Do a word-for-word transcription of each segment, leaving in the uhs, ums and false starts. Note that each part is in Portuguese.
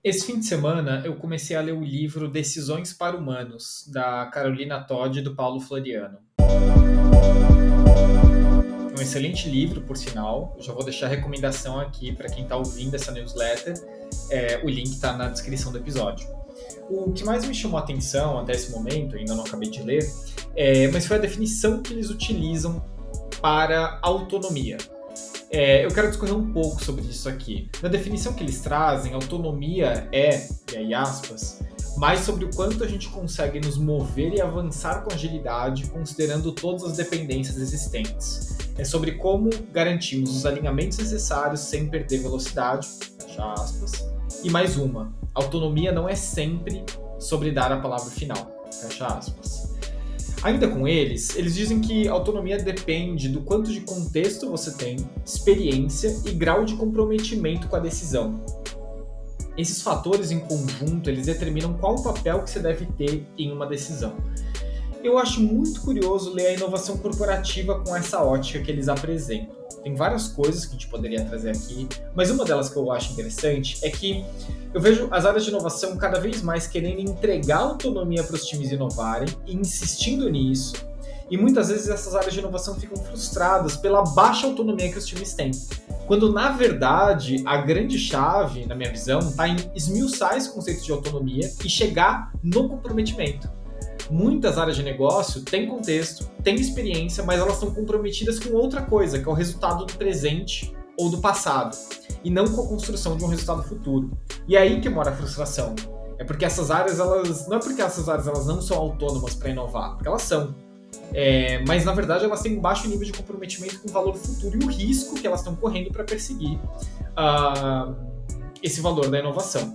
Esse fim de semana eu comecei a ler o livro Decisões para Humanos, da Carolina Todd e do Paulo Floriano. É um excelente livro, por sinal. Eu já vou deixar a recomendação aqui para quem está ouvindo essa newsletter. É, o link está na descrição do episódio. O que mais me chamou a atenção até esse momento, ainda não acabei de ler, é, mas foi a definição que eles utilizam para autonomia. É, eu quero discorrer um pouco sobre isso aqui. Na definição que eles trazem, autonomia é, e aí aspas, mais sobre o quanto a gente consegue nos mover e avançar com agilidade, considerando todas as dependências existentes. É sobre como garantimos os alinhamentos necessários sem perder velocidade, fecha aspas. E mais uma, autonomia não é sempre sobre dar a palavra final, fecha aspas. Ainda com eles, eles dizem que autonomia depende do quanto de contexto você tem, experiência e grau de comprometimento com a decisão. Esses fatores em conjunto, eles determinam qual o papel que você deve ter em uma decisão. Eu acho muito curioso ler a inovação corporativa com essa ótica que eles apresentam. Tem várias coisas que a gente poderia trazer aqui, mas uma delas que eu acho interessante é que eu vejo as áreas de inovação cada vez mais querendo entregar autonomia para os times inovarem e insistindo nisso. E muitas vezes essas áreas de inovação ficam frustradas pela baixa autonomia que os times têm. Quando, na verdade, a grande chave, na minha visão, está em esmiuçar esse conceito de autonomia e chegar no comprometimento. Muitas áreas de negócio têm contexto, têm experiência, mas elas estão comprometidas com outra coisa, que é o resultado do presente ou do passado, e não com a construção de um resultado futuro. E é aí que mora a frustração. É porque essas áreas, elas não é porque essas áreas elas não são autônomas para inovar, porque elas são. É, mas, na verdade, elas têm um baixo nível de comprometimento com o valor futuro e o risco que elas estão correndo para perseguir uh, esse valor da inovação.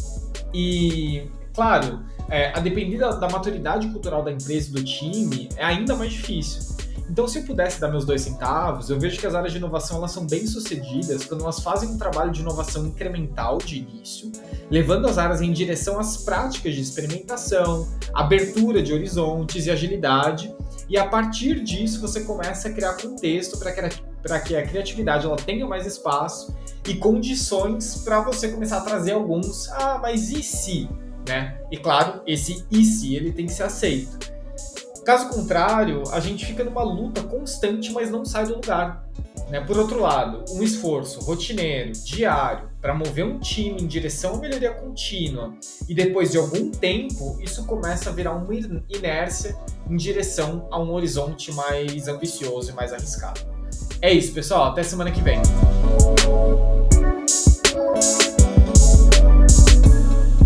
E, claro, é, a depender da, da maturidade cultural da empresa e do time, é ainda mais difícil. Então, se eu pudesse dar meus dois centavos, eu vejo que as áreas de inovação elas são bem sucedidas quando elas fazem um trabalho de inovação incremental de início, levando as áreas em direção às práticas de experimentação, abertura de horizontes e agilidade, e a partir disso você começa a criar contexto para que, para que a criatividade ela tenha mais espaço e condições para você começar a trazer alguns, ah, mas e se? Né? E claro, esse e se ele tem que ser aceito. Caso contrário, a gente fica numa luta constante, mas não sai do lugar. Né? Por outro lado, um esforço rotineiro, diário, para mover um time em direção à melhoria contínua e depois de algum tempo, isso começa a virar uma inércia em direção a um horizonte mais ambicioso e mais arriscado. É isso, pessoal. Até semana que vem.